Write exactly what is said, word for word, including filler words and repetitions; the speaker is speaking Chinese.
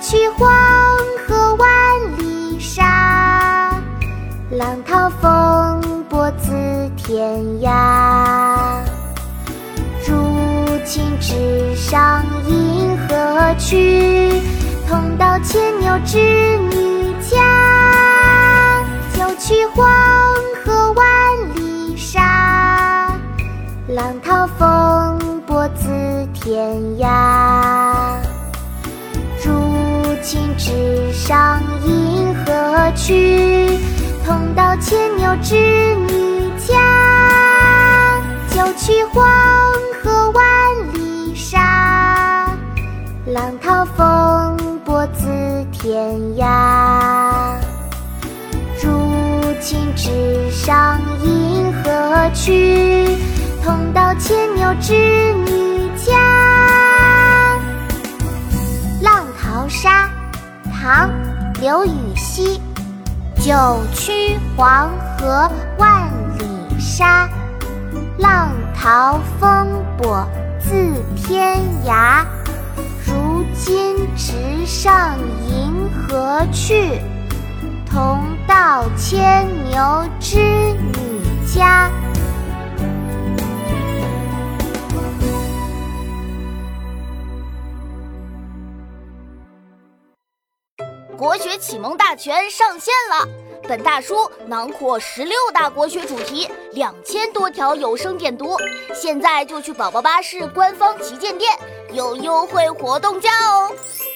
去黄河万里沙，浪淘风簸自天涯。如今直上银河去，同到牵牛织女家。就去黄河万里沙，浪淘风簸自天涯。如今直上银河去，同到牵牛织女家。就去黄河万里沙，浪淘风簸自天涯。如今直上银河去，同到牵牛织女家。浪淘沙，唐·刘禹锡。九曲黄河万里沙，浪淘风簸自天涯。如今直上银河去，同到牵牛织女家。 国学启蒙大全上线了！本大书囊括十六大国学主题，两千多条有声点读。现在就去宝宝巴士官方旗舰店，有优惠活动价哦！